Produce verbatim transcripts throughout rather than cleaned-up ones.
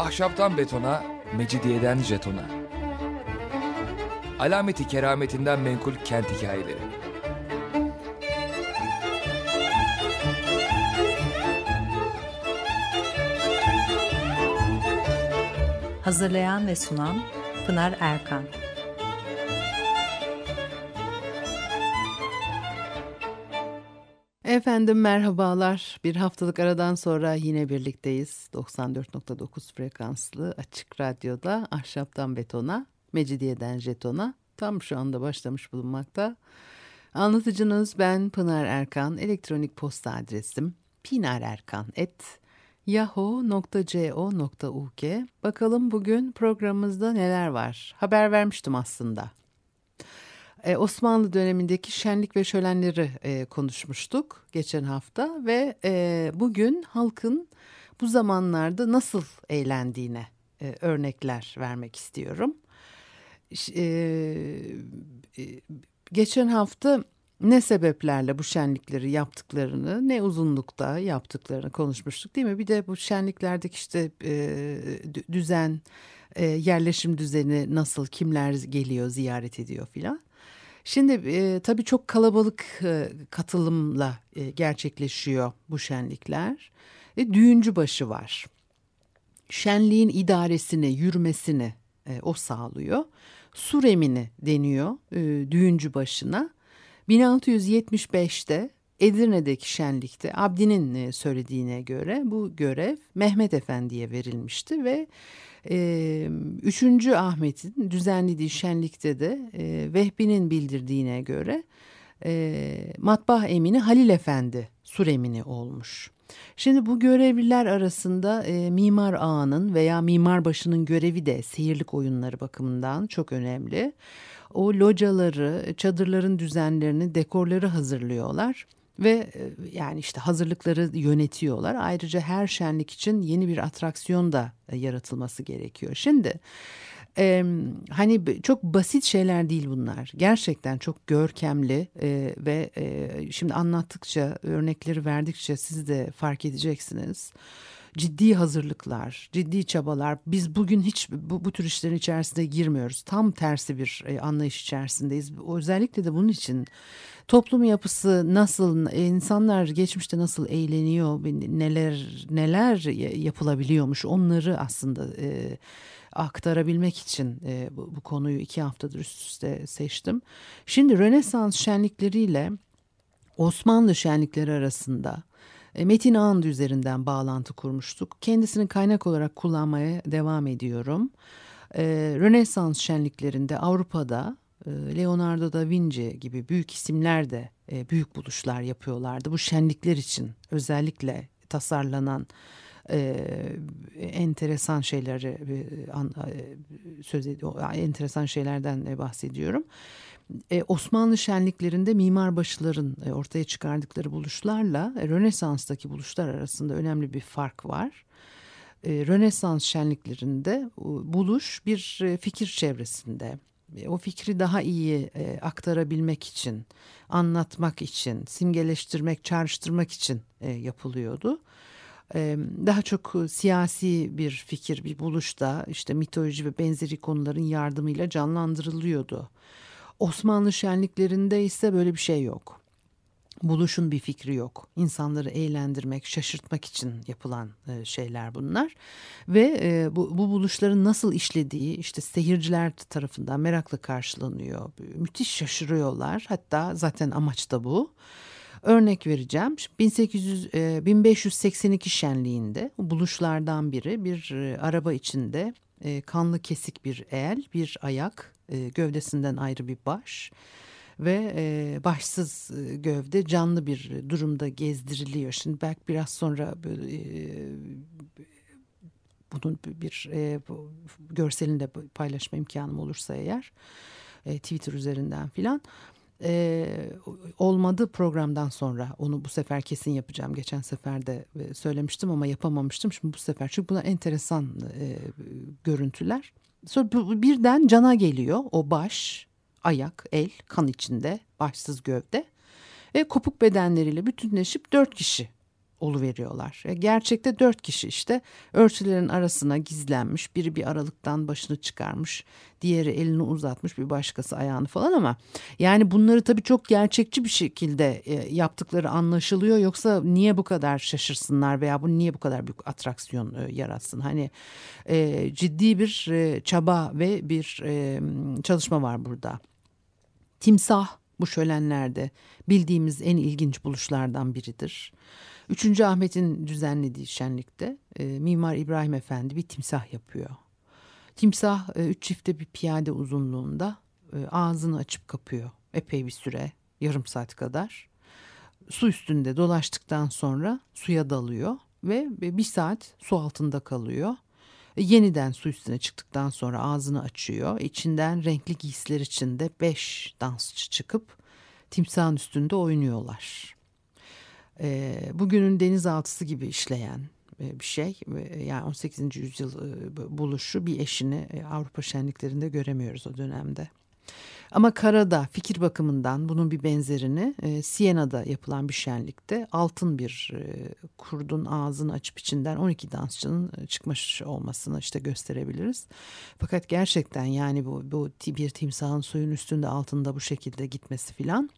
Ahşaptan betona, mecidiyeden jetona. Alameti kerametinden menkul kent hikayeleri. Hazırlayan ve sunan Pınar Erkan. Efendim merhabalar. Bir haftalık aradan sonra yine birlikteyiz. doksan dört nokta dokuz frekanslı Açık Radyo'da Ahşaptan Betona, Mecidiyeden Jeton'a tam şu anda başlamış bulunmakta. Anlatıcınız ben Pınar Erkan. Elektronik posta adresim pinarerkan at yahoo nokta co nokta uk. Bakalım bugün programımızda neler var? Haber vermiştim aslında. Ee, Osmanlı dönemindeki şenlik ve şölenleri e, konuşmuştuk geçen hafta ve e, bugün halkın bu zamanlarda nasıl eğlendiğine e, örnekler vermek istiyorum. E, e, geçen hafta ne sebeplerle bu şenlikleri yaptıklarını, ne uzunlukta yaptıklarını konuşmuştuk değil mi? Bir de bu şenliklerdeki işte e, düzen, e, yerleşim düzeni nasıl, kimler geliyor, ziyaret ediyor filan. Şimdi e, tabii çok kalabalık e, katılımla e, gerçekleşiyor bu şenlikler. E, düğüncü başı var. Şenliğin idaresini, yürümesini e, o sağlıyor. Suremini deniyor e, düğüncü başına. bin altı yüz yetmiş beşte Edirne'deki şenlikte Abdi'nin e, söylediğine göre bu görev Mehmet Efendi'ye verilmişti ve e, üçüncü Ahmet'in düzenlediği şenlikte de e, Vehbi'nin bildirdiğine göre e, matbaa emini Halil Efendi suremini olmuş. Şimdi bu görevliler arasında e, mimar ağanın veya mimarbaşının görevi de seyirlik oyunları bakımından çok önemli. O locaları, çadırların düzenlerini, dekorları hazırlıyorlar ve yani işte hazırlıkları yönetiyorlar. Ayrıca her şenlik için yeni bir atraksiyon da yaratılması gerekiyor. Şimdi e, hani çok basit şeyler değil bunlar. Gerçekten çok görkemli e, ve e, şimdi anlattıkça, örnekleri verdikçe siz de fark edeceksiniz. Ciddi hazırlıklar, ciddi çabalar. Biz bugün hiç bu, bu tür işlerin içerisine girmiyoruz. Tam tersi bir e, anlayış içerisindeyiz. Özellikle de bunun için toplum yapısı nasıl, insanlar geçmişte nasıl eğleniyor, neler neler yapılabiliyormuş onları aslında e, aktarabilmek için e, bu, bu konuyu iki haftadır üst üste seçtim. Şimdi Rönesans şenlikleriyle Osmanlı şenlikleri arasında Metin Ağandı üzerinden bağlantı kurmuştuk. Kendisini kaynak olarak kullanmaya devam ediyorum. Ee, Rönesans şenliklerinde Avrupa'da e, Leonardo da Vinci gibi büyük isimler de e, büyük buluşlar yapıyorlardı. Bu şenlikler için özellikle tasarlanan e, enteresan şeyleri e, an, e, söz ediyor, enteresan şeylerden e, bahsediyorum. Ee, Osmanlı şenliklerinde mimarbaşıların e, ortaya çıkardıkları buluşlarla e, Rönesans'taki buluşlar arasında önemli bir fark var. E, Rönesans şenliklerinde e, buluş bir e, fikir çevresinde. E, o fikri daha iyi e, aktarabilmek için, anlatmak için, simgeleştirmek, çağrıştırmak için e, yapılıyordu. E, daha çok siyasi bir fikir, bir buluş da işte mitoloji ve benzeri konuların yardımıyla canlandırılıyordu. Osmanlı şenliklerinde ise böyle bir şey yok. Buluşun bir fikri yok. İnsanları eğlendirmek, şaşırtmak için yapılan e, şeyler bunlar. Ve e, bu, bu buluşların nasıl işlediği işte seyirciler tarafından merakla karşılanıyor. Müthiş şaşırıyorlar. Hatta zaten amaç da bu. Örnek vereceğim. bin sekiz yüz, e, bin beş yüz seksen iki şenliğinde buluşlardan biri bir e, araba içinde e, kanlı kesik bir el, bir ayak, e, gövdesinden ayrı bir baş ve e, başsız e, gövde canlı bir durumda gezdiriliyor. Şimdi belki biraz sonra böyle, e, bunun bir e, görselini de paylaşma imkanım olursa eğer e, Twitter üzerinden filan. Ee, olmadı programdan sonra onu bu sefer kesin yapacağım. Geçen sefer de söylemiştim ama yapamamıştım. Şimdi bu sefer çünkü bunlar enteresan e, görüntüler. Sonra birden cana geliyor o baş, ayak, el, kan içinde, başsız gövde ve kopuk bedenleriyle bütünleşip dört kişi oluveriyorlar. Gerçekte dört kişi işte örtülerin arasına gizlenmiş, biri bir aralıktan başını çıkarmış, diğeri elini uzatmış, bir başkası ayağını falan, ama yani bunları tabii çok gerçekçi bir şekilde yaptıkları anlaşılıyor. Yoksa niye bu kadar şaşırsınlar veya bu niye bu kadar büyük atraksiyon yaratsın? Hani e, ciddi bir e, çaba ve bir e, çalışma var burada. Timsah bu şölenlerde bildiğimiz en ilginç buluşlardan biridir. Üçüncü Ahmet'in düzenlediği şenlikte e, Mimar İbrahim Efendi bir timsah yapıyor. Timsah e, üç çifte bir piyade uzunluğunda e, ağzını açıp kapıyor epey bir süre, yarım saat kadar. Su üstünde dolaştıktan sonra suya dalıyor ve bir saat su altında kalıyor. E, yeniden su üstüne çıktıktan sonra ağzını açıyor. İçinden renkli giysiler içinde beş dansçı çıkıp timsahın üstünde oynuyorlar. E, bugünün denizaltısı gibi işleyen bir şey. Yani on sekizinci yüzyıl buluşu bir eşini Avrupa şenliklerinde göremiyoruz o dönemde. Ama karada fikir bakımından bunun bir benzerini e, Siena'da yapılan bir şenlikte altın bir e, kurdun ağzını açıp içinden on iki dansçının çıkmış olmasını işte gösterebiliriz. Fakat gerçekten yani bu, bu bir timsahın suyun üstünde altında bu şekilde gitmesi filan,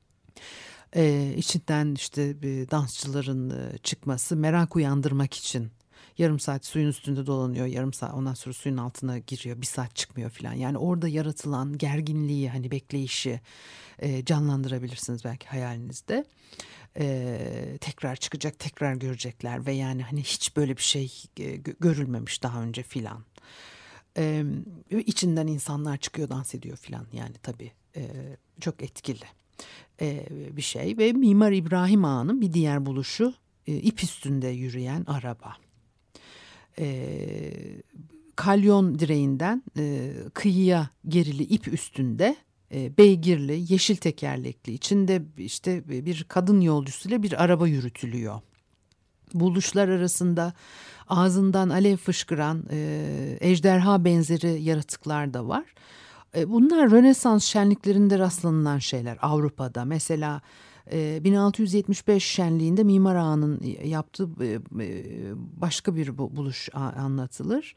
e, içinden işte e, dansçıların e, çıkması merak uyandırmak için. Yarım saat suyun üstünde dolanıyor, yarım saat ondan sonra suyun altına giriyor, bir saat çıkmıyor falan. Yani orada yaratılan gerginliği, hani bekleyişi e, canlandırabilirsiniz belki hayalinizde. E, tekrar çıkacak, tekrar görecekler ve yani hani hiç böyle bir şey e, görülmemiş daha önce filan. E, içinden insanlar çıkıyor, dans ediyor filan, yani tabii e, çok etkili e, bir şey. Ve Mimar İbrahim Ağa'nın bir diğer buluşu e, ip üstünde yürüyen araba. E, kalyon direğinden e, kıyıya gerili ip üstünde e, beygirli, yeşil tekerlekli, içinde işte bir kadın yolcusuyla bir araba yürütülüyor. Buluşlar arasında ağzından alev fışkıran e, ejderha benzeri yaratıklar da var. E, bunlar Rönesans şenliklerinde rastlanılan şeyler Avrupa'da. Mesela bin altı yüz yetmiş beş şenliğinde Mimar Ağa'nın yaptığı başka bir buluş anlatılır.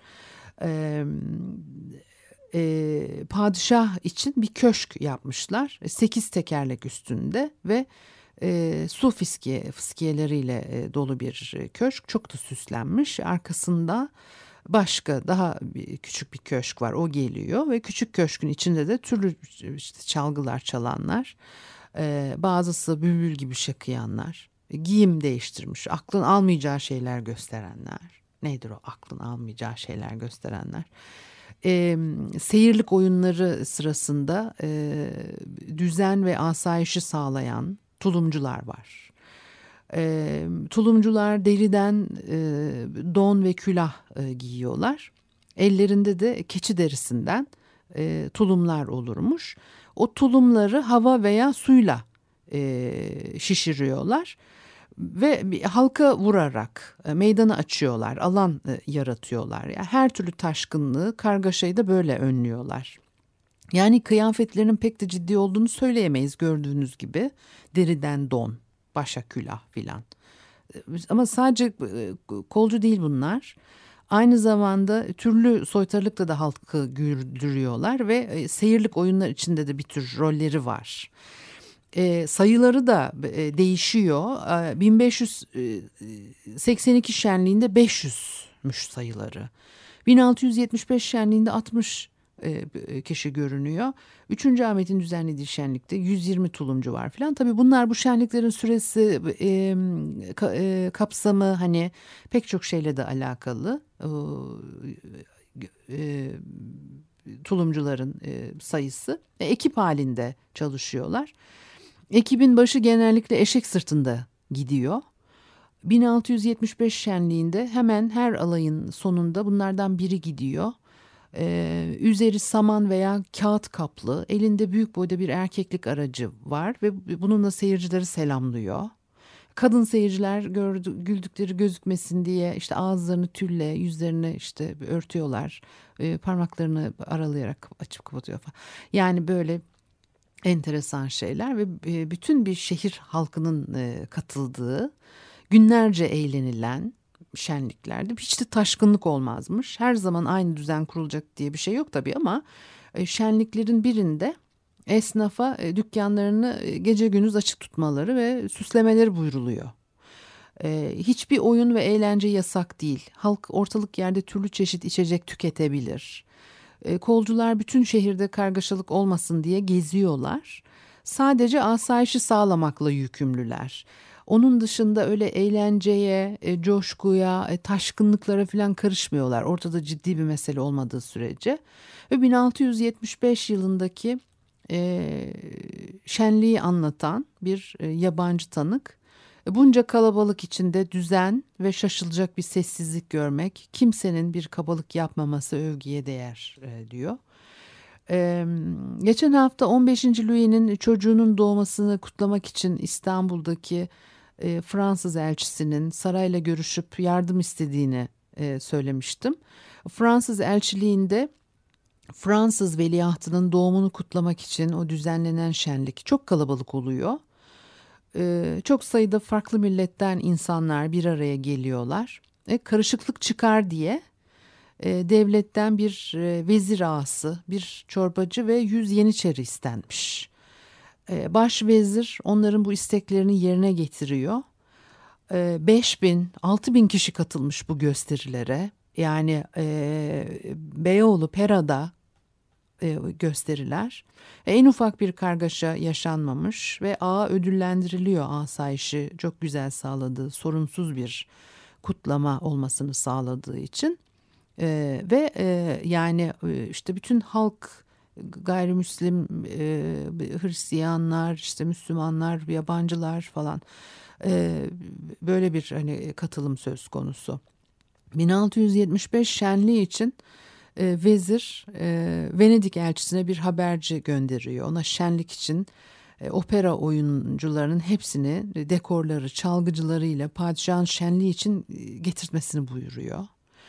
Padişah için bir köşk yapmışlar. Sekiz tekerlek üstünde ve su fiskiye, fıskiyeleriyle dolu bir köşk. Çok da süslenmiş. Arkasında başka daha bir, küçük bir köşk var. O geliyor ve küçük köşkün içinde de türlü işte çalgılar çalanlar. Ee, bazısı bülbül gibi şakıyanlar, giyim değiştirmiş, aklın almayacağı şeyler gösterenler. Nedir o aklın almayacağı şeyler gösterenler? Ee, seyirlik oyunları sırasında e, düzen ve asayişi sağlayan tulumcular var. E, tulumcular deriden e, don ve külah e, giyiyorlar. Ellerinde de keçi derisinden e, tulumlar olurmuş. O tulumları hava veya suyla e, şişiriyorlar ve halka vurarak e, meydanı açıyorlar, alan e, yaratıyorlar. Yani her türlü taşkınlığı, kargaşayı da böyle önlüyorlar. Yani kıyafetlerinin pek de ciddi olduğunu söyleyemeyiz, gördüğünüz gibi deriden don, başa külah filan. Ama sadece kolcu değil bunlar. Aynı zamanda türlü soytarılıkla da halkı güldürüyorlar ve seyirlik oyunlar içinde de bir tür rolleri var. E, sayıları da e, değişiyor. E, bin beş yüz seksen iki şenliğinde beş yüzmüş sayıları. bin altı yüz yetmiş beş şenliğinde altmış e, kişi görünüyor. Üçüncü Ahmet'in düzenlediği şenlikte yüz yirmi tulumcu var falan. Tabii bunlar bu şenliklerin süresi, e, ka, e, kapsamı hani pek çok şeyle de alakalı. E, e, tulumcuların e, sayısı. E, ekip halinde çalışıyorlar. Ekibin başı genellikle eşek sırtında gidiyor. bin altı yüz yetmiş beş şenliğinde hemen her alayın sonunda bunlardan biri gidiyor. Ee, üzeri saman veya kağıt kaplı, elinde büyük boyda bir erkeklik aracı var ve bununla seyircileri selamlıyor. Kadın seyirciler gördü, güldükleri gözükmesin diye işte ağızlarını tülle, yüzlerini işte örtüyorlar, e, parmaklarını aralayarak açıp kapatıyor falan. Yani böyle enteresan şeyler ve bütün bir şehir halkının katıldığı, günlerce eğlenilen şenliklerdi. Hiç de taşkınlık olmazmış. Her zaman aynı düzen kurulacak diye bir şey yok tabii ama e, şenliklerin birinde esnafa e, dükkanlarını e, gece gündüz açık tutmaları ve süslemeleri buyruluyor. E, hiçbir oyun ve eğlence yasak değil. Halk ortalık yerde türlü çeşit içecek tüketebilir. E, kolcular bütün şehirde kargaşalık olmasın diye geziyorlar. Sadece asayişi sağlamakla yükümlüler. Onun dışında öyle eğlenceye, e, coşkuya, e, taşkınlıklara falan karışmıyorlar. Ortada ciddi bir mesele olmadığı sürece. Ve bin altı yüz yetmiş beş yılındaki e, şenliği anlatan bir e, yabancı tanık. E, bunca kalabalık içinde düzen ve şaşılacak bir sessizlik görmek, kimsenin bir kabalık yapmaması övgüye değer e, diyor. Ee, geçen hafta on beşinci Louis'nin çocuğunun doğmasını kutlamak için İstanbul'daki e, Fransız elçisinin sarayla görüşüp yardım istediğini e, söylemiştim. Fransız elçiliğinde Fransız veliahtının doğumunu kutlamak için o düzenlenen şenlik çok kalabalık oluyor. Ee, çok sayıda farklı milletten insanlar bir araya geliyorlar. E, karışıklık çıkar diye devletten bir vezir ağası, bir çorbacı ve yüz yeniçeri istenmiş. Baş vezir onların bu isteklerini yerine getiriyor. Beş bin, altı bin kişi katılmış bu gösterilere. Yani Beyoğlu, Pera'da gösteriler. En ufak bir kargaşa yaşanmamış ve ağa ödüllendiriliyor, asayişi çok güzel sağladığı, sorunsuz bir kutlama olmasını sağladığı için. Ee, ve e, yani e, işte bütün halk, gayrimüslim, e, Hristiyanlar, işte Müslümanlar, yabancılar falan e, böyle bir hani katılım söz konusu. bin altı yüz yetmiş beş şenliği için e, vezir e, Venedik elçisine bir haberci gönderiyor. Ona şenlik için e, opera oyuncularının hepsini dekorları, çalgıcılarıyla padişahın şenliği için getirtmesini buyuruyor.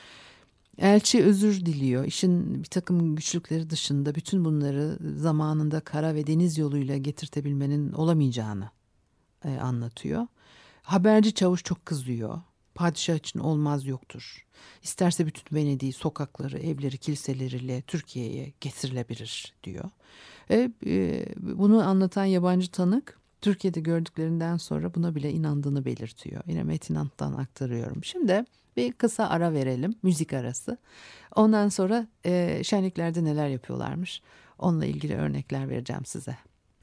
Elçi özür diliyor. İşin bir takım güçlükleri dışında bütün bunları zamanında kara ve deniz yoluyla getirtebilmenin olamayacağını e, anlatıyor. Haberci çavuş çok kızıyor. Padişah için olmaz yoktur. İsterse bütün Venedik'i, sokakları, evleri, kiliseleriyle Türkiye'ye getirilebilir diyor. E, e, bunu anlatan yabancı tanık Türkiye'de gördüklerinden sonra buna bile inandığını belirtiyor. Yine Metin Ant'tan aktarıyorum. Şimdi bir kısa ara verelim, müzik arası. Ondan sonra e, şenliklerde neler yapıyorlarmış, onunla ilgili örnekler vereceğim size.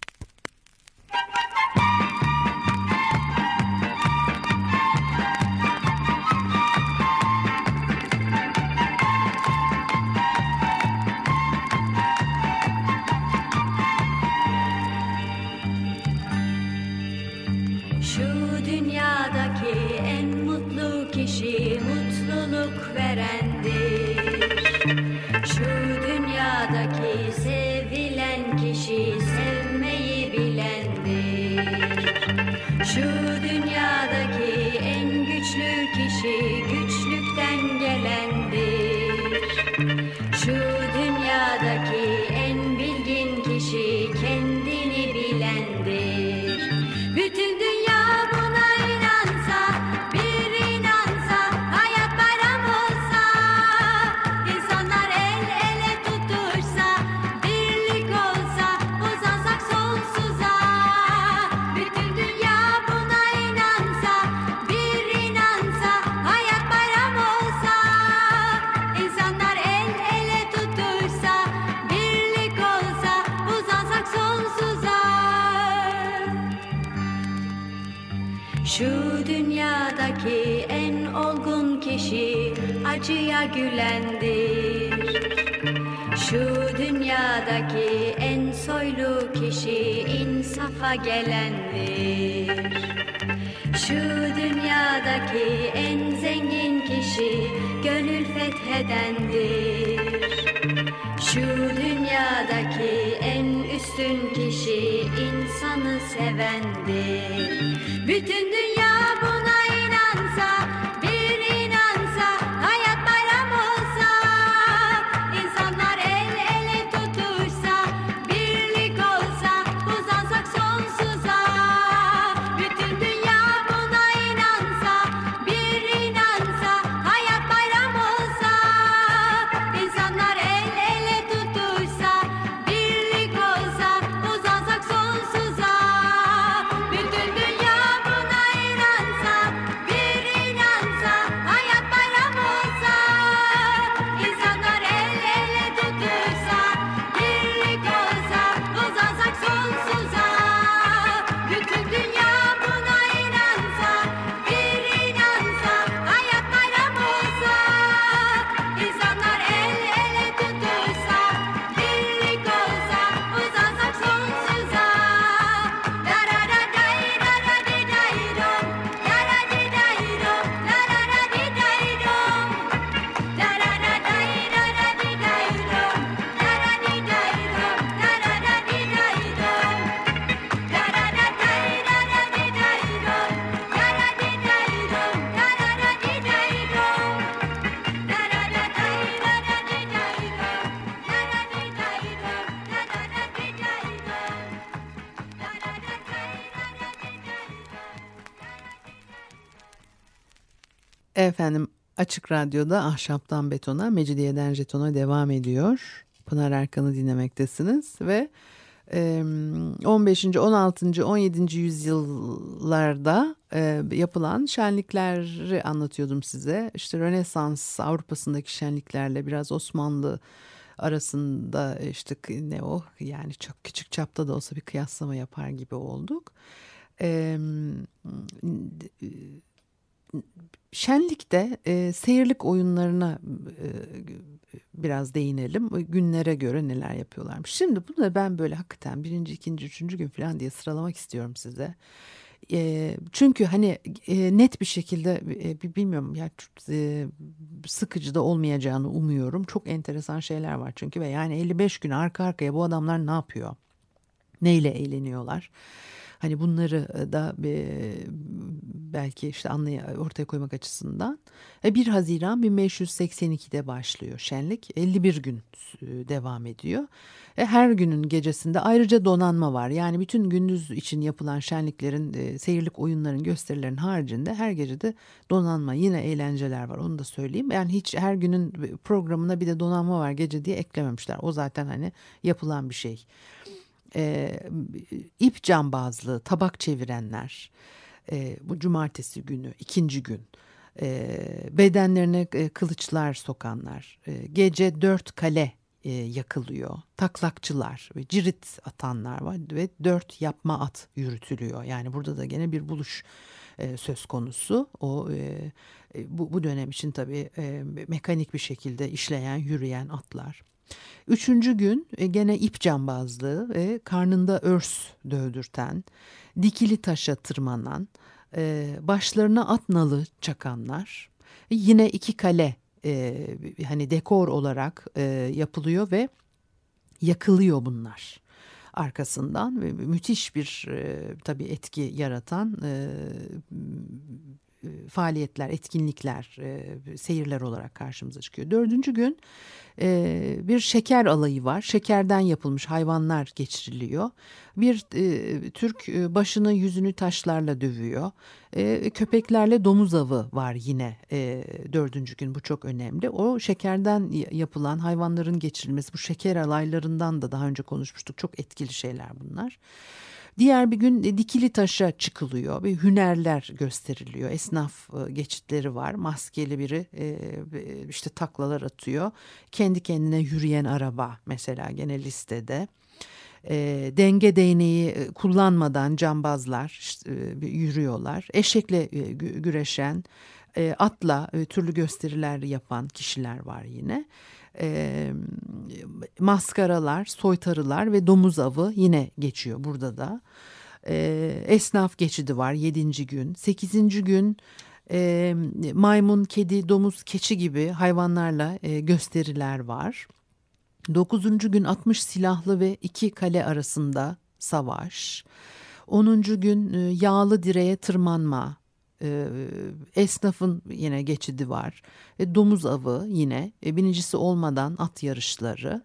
Şu dünyadaki en mutlu kişi mutluluk verendir. Şu dünyadaki sevilen kişi sevmeyi bilendir. Şu dünyadaki en güçlü kişi güçlükten gelendir. Şu dünyadaki en bilgin kişi kendini bilendir. Bütün dünya buna inansa, bir inansa, hayat bayram olsa, insanlar el ele tutuşsa, birlik olsa, uzansak sonsuza. Bütün dünya buna inansa, bir inansa, hayat bayram olsa, insanlar el ele tutuşsa, birlik olsa, uzansak sonsuza. Şu dünyadaki en olgun kişi acıya gülendir. Şu dünyadaki en soylu kişi insafa gelendir. Şu dünyadaki en zengin kişi gönül fethedendir. Şu dünyadaki en üstün kişi insanı sevendir. Bütün dünya buna inansa, bir inansa, hayat bayram olsa, insanlar el ele tutuşsa, birlik olsa, uzansak sonsuza. Bütün dünya buna inansa, Efendim, Açık Radyo'da Ahşaptan Betona, Mecidiyeden Jeton'a devam ediyor. Pınar Erkan'ı dinlemektesiniz ve on beşinci, on altıncı, on yedinci yüzyıllarda yapılan şenlikleri anlatıyordum size. İşte Rönesans Avrupa'sındaki şenliklerle biraz Osmanlı arasında işte ne o yani çok küçük çapta da olsa bir kıyaslama yapar gibi olduk. Şenlikte e, seyirlik oyunlarına e, biraz değinelim. Günlere göre neler yapıyorlarmış. Şimdi bunu da ben böyle hakikaten birinci, ikinci, üçüncü gün falan diye sıralamak istiyorum size. E, çünkü hani e, net bir şekilde e, bilmiyorum yani e, sıkıcı da olmayacağını umuyorum. Çok enteresan şeyler var çünkü ve yani elli beş gün arka arkaya bu adamlar ne yapıyor? Neyle eğleniyorlar? Hani bunları da belki işte anlay ortaya koymak açısından bir Haziran bin beş yüz seksen ikide başlıyor şenlik. elli bir gün devam ediyor. Her günün gecesinde ayrıca donanma var. Yani bütün gündüz için yapılan şenliklerin, seyirlik oyunların, gösterilerin haricinde her gece de donanma, yine eğlenceler var. Onu da söyleyeyim. Yani hiç her günün programına bir de donanma var gece diye eklememişler. O zaten hani yapılan bir şey. E, ip cambazlığı, tabak çevirenler, e, bu cumartesi günü, ikinci gün, e, bedenlerine e, kılıçlar sokanlar, e, gece dört kale e, yakılıyor, taklakçılar ve cirit atanlar var ve dört yapma at yürütülüyor. Yani burada da gene bir buluş e, söz konusu. O e, bu, bu dönem için tabii e, mekanik bir şekilde işleyen, yürüyen atlar. Üçüncü gün e, gene ip cambazlığı ve karnında örs dövdürten, dikili taşa tırmanan, e, başlarına at nalı çakanlar, e, yine iki kale e, hani dekor olarak e, yapılıyor ve yakılıyor bunlar. Arkasından ve müthiş bir e, tabii etki yaratan e, faaliyetler, etkinlikler, e, seyirler olarak karşımıza çıkıyor. Dördüncü gün e, bir şeker alayı var. Şekerden yapılmış hayvanlar geçiriliyor. Bir e, Türk başını yüzünü taşlarla dövüyor. E, köpeklerle domuz avı var yine e, dördüncü gün. Bu çok önemli. O şekerden yapılan hayvanların geçirilmesi, bu şeker alaylarından da daha önce konuşmuştuk. Çok etkili şeyler bunlar. Diğer bir gün dikili taşa çıkılıyor ve hünerler gösteriliyor. Esnaf geçitleri var. Maskeli biri işte taklalar atıyor. Kendi kendine yürüyen araba mesela gene listede. E, denge değneği kullanmadan cambazlar işte, e, yürüyorlar. Eşekle e, güreşen, e, atla e, türlü gösteriler yapan kişiler var yine. E, maskaralar, soytarılar ve domuz avı yine geçiyor burada da. E, esnaf geçidi var yedinci gün. Sekizinci gün e, maymun, kedi, domuz, keçi gibi hayvanlarla e, gösteriler var. Dokuzuncu gün altmış silahlı ve iki kale arasında savaş. Onuncu gün yağlı direğe tırmanma. Esnafın yine geçidi var. Domuz avı yine. Binicisi olmadan at yarışları.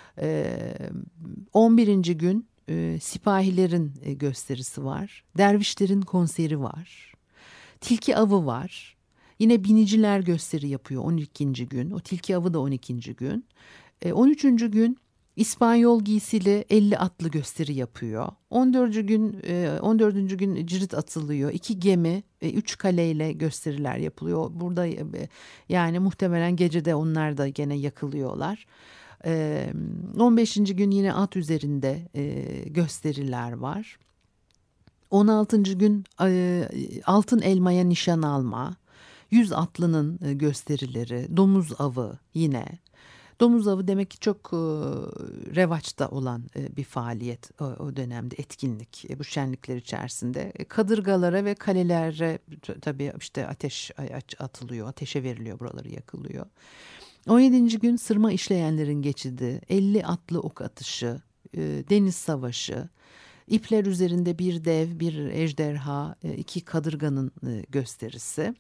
On birinci gün sipahilerin gösterisi var. Dervişlerin konseri var. Tilki avı var. Yine biniciler gösteri yapıyor on ikinci gün. O tilki avı da on ikinci gün. on üçüncü gün İspanyol giysili elli atlı gösteri yapıyor. on dördüncü gün on dördüncü gün cirit atılıyor. İki gemi, üç kaleyle gösteriler yapılıyor. Burada yani muhtemelen gecede onlar da gene yakılıyorlar. on beşinci gün yine at üzerinde gösteriler var. on altıncı gün altın elmaya nişan alma, yüz atlının gösterileri, domuz avı yine. Domuz avı demek ki çok e, revaçta olan e, bir faaliyet o, o dönemde, etkinlik e, bu şenlikler içerisinde. E, kadırgalara ve kalelere t- tabii işte ateş atılıyor, ateşe veriliyor, buraları yakılıyor. on yedinci gün sırma işleyenlerin geçidi, elli atlı ok atışı, e, deniz savaşı, ipler üzerinde bir dev, bir ejderha, e, iki kadırganın e, gösterisi.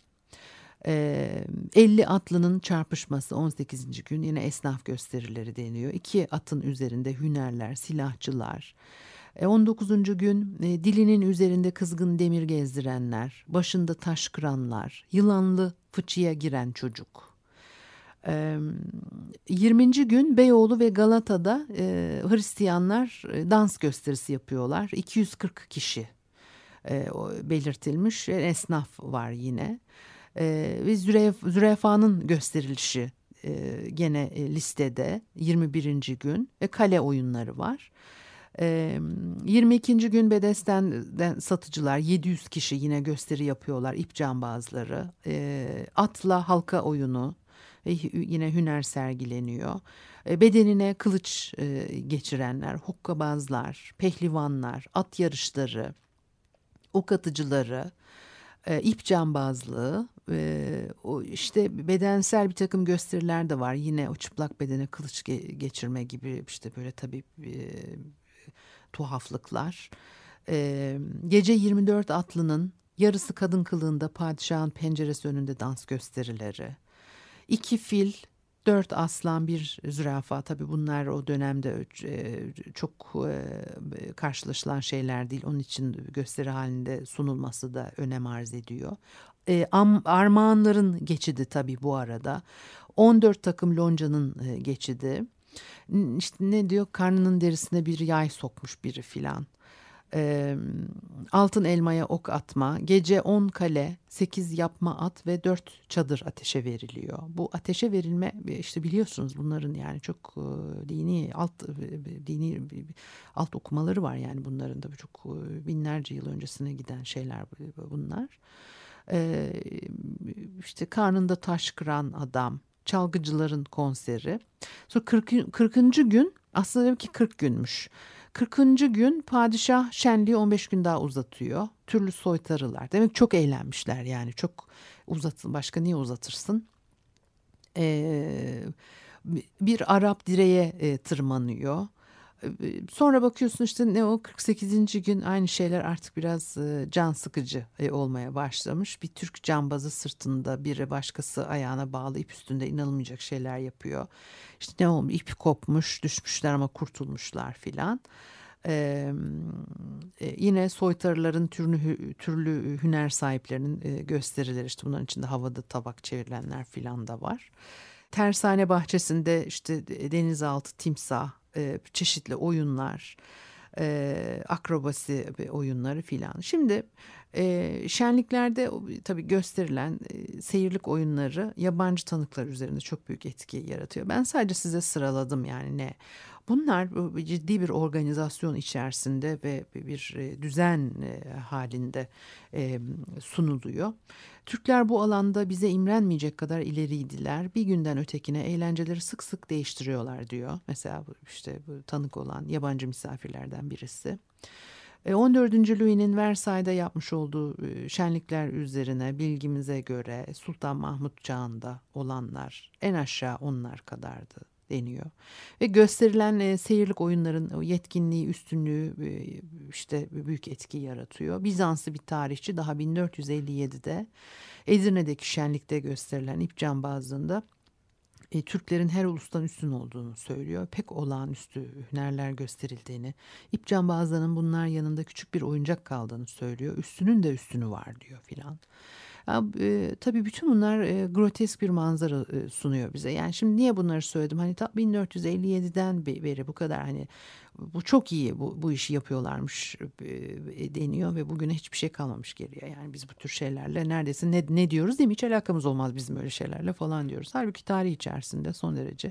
elli atlının çarpışması on sekizinci gün yine esnaf gösterileri deniyor. İki atın üzerinde hünerler, silahçılar. on dokuzuncu gün dilinin üzerinde kızgın demir gezdirenler, başında taş kıranlar, yılanlı fıçıya giren çocuk. Ee, yirminci gün Beyoğlu ve Galata'da e, Hristiyanlar e, dans gösterisi yapıyorlar. iki yüz kırk kişi e, belirtilmiş. Esnaf var yine. E, ve Züref, Zürefa'nın gösterilişi e, gene e, listede yirmi birinci gün ve kale oyunları var. E, yirmi ikinci gün Bedesten'den satıcılar yedi yüz kişi yine gösteri yapıyorlar. İp cambazları, e, atla halka oyunu ve yine hüner sergileniyor. E, bedenine kılıç e, geçirenler, hokkabazlar, pehlivanlar, at yarışları, ok atıcıları, e, ip cambazlığı, e, o işte bedensel bir takım gösteriler de var. Yine o çıplak bedene kılıç ge- geçirme gibi işte böyle tabii e, tuhaflıklar. E, gece yirmi dört atlının yarısı kadın kılığında padişahın penceresi önünde dans gösterileri. İki fil, dört aslan, bir zürafa. Tabii bunlar o dönemde e, çok e, karşılaşılan şeyler değil. Onun için gösteri halinde sunulması da önem arz ediyor. E, am, armağanların geçidi tabii bu arada. on dört takım loncanın e, geçidi. İşte ne diyor? Karnının derisine bir yay sokmuş biri filan. E, altın elmaya ok atma, gece on kale, sekiz yapma at ve dört çadır ateşe veriliyor. Bu ateşe verilme işte biliyorsunuz bunların yani çok e, dini alt e, dini alt okumaları var yani bunların da çok e, binlerce yıl öncesine giden şeyler bunlar. E, işte karnında taş kıran adam, çalgıcıların konseri. Sonra kırkıncı gün aslında demek ki kırk günmüş. kırkıncı gün padişah şenliği on beş gün daha uzatıyor. Türlü soytarılar. Demek ki çok eğlenmişler yani. Çok uzatın. Başka niye uzatırsın? Ee, bir Arap direğe e, tırmanıyor. Sonra bakıyorsun işte ne o kırk sekizinci gün aynı şeyler artık biraz e, can sıkıcı e, olmaya başlamış. Bir Türk cambazı sırtında, biri başkası ayağına bağlı ip üstünde inanılmayacak şeyler yapıyor. İşte ne olmuş, ip kopmuş, düşmüşler ama kurtulmuşlar filan. Ee, e, yine soytarıların türlü, türlü hüner sahiplerinin e, gösterileri, işte bunların içinde havada tabak çevrilenler filan da var. Tersane bahçesinde işte denizaltı timsah, e, çeşitli oyunlar, e, akrobasi oyunları filan. Şimdi e, şenliklerde tabii gösterilen e, seyirlik oyunları yabancı tanıklar üzerinde çok büyük etki yaratıyor. Ben sadece size sıraladım yani ne. Bunlar ciddi bir organizasyon içerisinde ve bir düzen halinde sunuluyor. Türkler bu alanda bize imrenmeyecek kadar ileriydiler. Bir günden ötekine eğlenceleri sık sık değiştiriyorlar diyor. Mesela işte bu tanık olan yabancı misafirlerden birisi. on dördüncü Louis'nin Versay'da yapmış olduğu şenlikler üzerine bilgimize göre Sultan Mahmut çağında olanlar en aşağı onlar kadardı deniyor. Ve gösterilen e, seyirlik oyunların o yetkinliği, üstünlüğü e, işte büyük etki yaratıyor. Bizanslı bir tarihçi daha bin dört yüz elli yedide Edirne'deki şenlikte gösterilen ip cambazlığında e, Türklerin her ulustan üstün olduğunu söylüyor. Pek olağanüstü hünerler gösterildiğini, ip cambazlarının bunlar yanında küçük bir oyuncak kaldığını söylüyor. Üstünün de üstünü var diyor filan. Ya, e, tabii bütün bunlar e, grotesk bir manzara e, sunuyor bize. Yani şimdi niye bunları söyledim? Hani ta bin dört yüz elli yediden beri bu kadar hani bu çok iyi bu, bu işi yapıyorlarmış e, deniyor ve bugüne hiçbir şey kalmamış geriye. Yani biz bu tür şeylerle neredeyse ne, ne diyoruz değil mi? Hiç alakamız olmaz bizim öyle şeylerle falan diyoruz. Halbuki tarih içerisinde son derece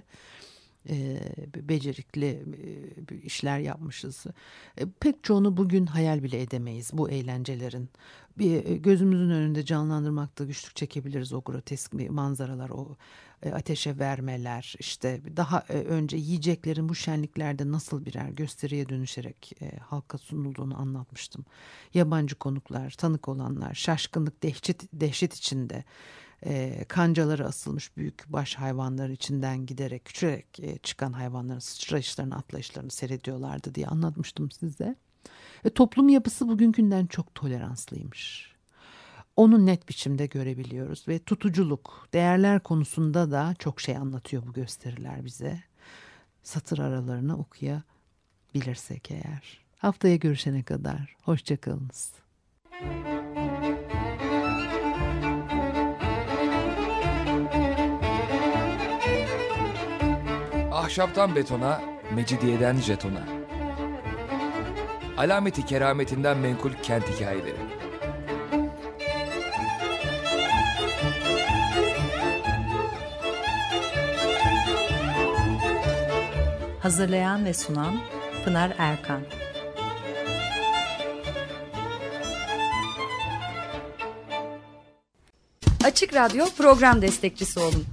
E, becerikli e, işler yapmışız. E, pek çoğunu bugün hayal bile edemeyiz bu eğlencelerin. Bir e, gözümüzün önünde canlandırmakta güçlük çekebiliriz o grotesk manzaralar, o e, ateşe vermeler, işte daha e, önce yiyeceklerin bu şenliklerde nasıl birer gösteriye dönüşerek e, halka sunulduğunu anlatmıştım. Yabancı konuklar, tanık olanlar, şaşkınlık, dehşet, dehşet içinde E, kancaları asılmış büyük baş hayvanların içinden giderek küçülerek e, çıkan hayvanların sıçrayışlarını, atlayışlarını seyrediyorlardı diye anlatmıştım size. E, toplum yapısı bugünkünden çok toleranslıymış. Onu net biçimde görebiliyoruz ve tutuculuk, değerler konusunda da çok şey anlatıyor bu gösteriler bize. Satır aralarını okuyabilirsek eğer. Haftaya görüşene kadar hoşça kalınız. Ahşaptan betona, mecidiyeden jetona. Alameti kerametinden menkul kent hikayeleri. Hazırlayan ve sunan Pınar Erkan. Açık Radyo program destekçisi olun.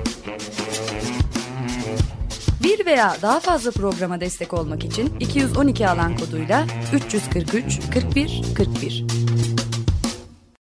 Bir veya daha fazla programa destek olmak için iki yüz on iki alan koduyla üç yüz kırk üç kırk bir kırk bir.